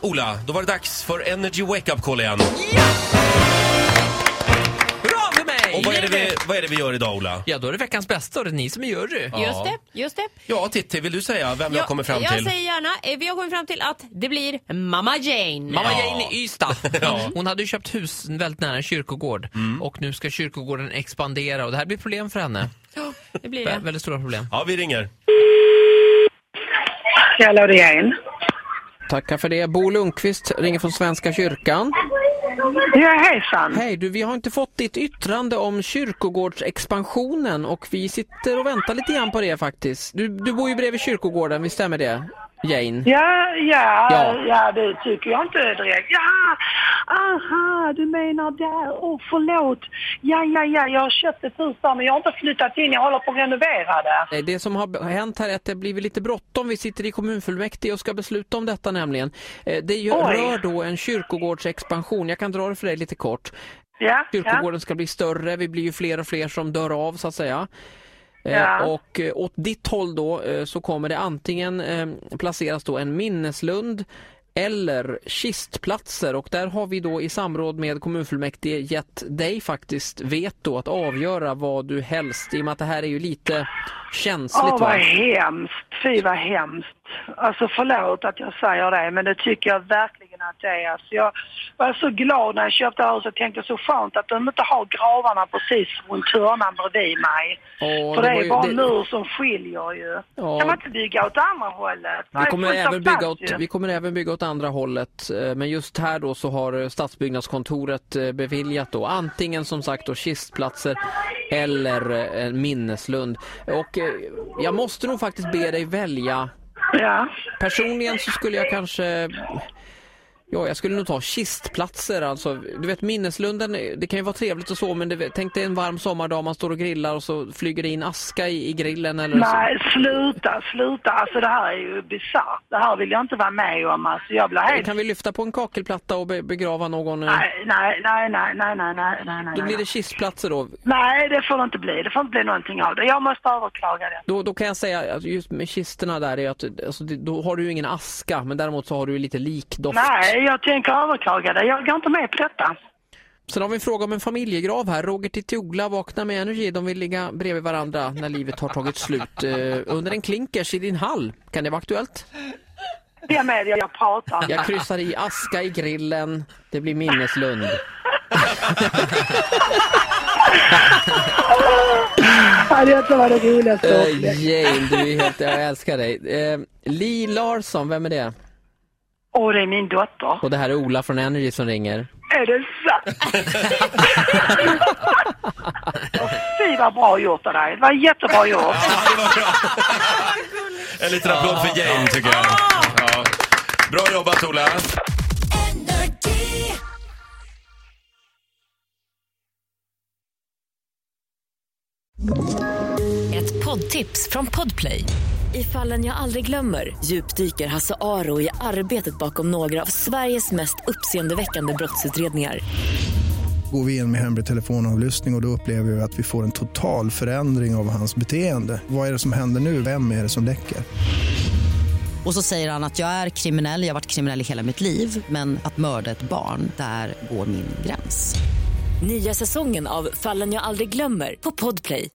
Ola, då var det dags för Energy Wake Up Call igen. Ja! Bra för mig! Och vad är det vi gör idag, Ola? Ja, då är det veckans bästa och det är ni som är jury. Ja. Just det. Ja, Titti, vill du säga vem jag kommer fram till? Jag säger gärna, vi har kommit fram till att det blir Mamma Jane. Mamma Jane i Ystad. Ja. Hon hade ju köpt hus väldigt nära en kyrkogård. Och nu ska kyrkogården expandera och det här blir problem för henne. Ja, det blir det. Väldigt stora problem. Ja, vi ringer. Hallå, det är Jane. Tackar för det. Bo Lundqvist ringer från Svenska kyrkan. Ja, hejsan. Hej du, vi har inte fått ditt yttrande om kyrkogårdsexpansionen och vi sitter och väntar lite grann på det faktiskt. Du bor ju bredvid kyrkogården, visst stämmer det, Jane? Ja, det tycker jag inte direkt. Ja, aha, du menar där. Förlåt. Ja, jag har köpt ett hus där men jag har inte flyttat in, jag håller på att renovera det. Det som har hänt här är att det blir lite bråttom. Vi sitter i kommunfullmäktige och ska besluta om detta nämligen. Det rör då en kyrkogårdsexpansion. Jag kan dra det för dig lite kort. Ja, Kyrkogården ska bli större, vi blir ju fler och fler som dör av så att säga. Ja. Och åt ditt håll då så kommer det antingen placeras då en minneslund eller kistplatser och där har vi då i samråd med kommunfullmäktige gett dig faktiskt veto att avgöra vad du helst, i och med att det här är ju lite känsligt. Vad hemskt, fy vad hemskt. Alltså förlåt att jag säger det, men det tycker jag verkligen att det är. Alltså, jag var så glad när jag köpte det här och tänkte så skönt att de inte har gravarna precis runt hörnan bredvid mig. För det är bara en mur som skiljer ju. Kan man inte bygga åt andra hållet? Vi kommer även bygga åt andra hållet, men just här då så har Stadsbyggnadskontoret beviljat då antingen som sagt då kistplatser eller en minneslund. Och jag måste nog faktiskt be dig välja. Ja. Personligen så skulle jag kanske... Ja, jag skulle nog ta kistplatser. Alltså, du vet, minneslunden, det kan ju vara trevligt och så, men tänk dig en varm sommardag, man står och grillar och så flyger det in aska i grillen eller nej, så. Sluta. Alltså det här är ju bisarrt. Det här vill jag inte vara med om. Alltså, jag blir helt... Kan vi lyfta på en kakelplatta och begrava någon? Nej. Då blir det kistplatser då? Nej, det får det inte bli. Det får inte bli någonting av det. Jag måste överklaga det. Då kan jag säga att just med kisterna där är att alltså, då har du ju ingen aska, men däremot så har du ju lite likdoft. Nej, jag tänker överklaga det. Jag går inte med på detta. Sen har vi en fråga om en familjegrav här. Roger till Ola vaknar med Energy. De vill ligga bredvid varandra när livet har tagit slut. Under en klinkers i din hall. Kan det vara aktuellt? Det är med, jag pratar. Jag kryssar i aska i grillen. Det blir minneslund. Ja, det var det roligaste. Jane, du är helt... Jag älskar dig. Li Larsson, vem är det? Det är min dotter. Och det här är Ola från Energy som ringer. Är det sant? Det var bra gjort av dig. Det var jättebra gjort. Ja, det var bra. En liten applåd för Jane tycker jag. Ja. Bra jobbat, Ola. Ett poddtips från Podplay. I Fallen jag aldrig glömmer djupdyker Hasse Aro i arbetet bakom några av Sveriges mest uppseendeväckande brottsutredningar. Går vi in med hemlig telefonavlyssning och då upplever vi att vi får en total förändring av hans beteende. Vad är det som händer nu? Vem är det som läcker? Och så säger han att jag är kriminell, jag har varit kriminell i hela mitt liv. Men att mörda ett barn, där går min gräns. Nya säsongen av Fallen jag aldrig glömmer på Podplay.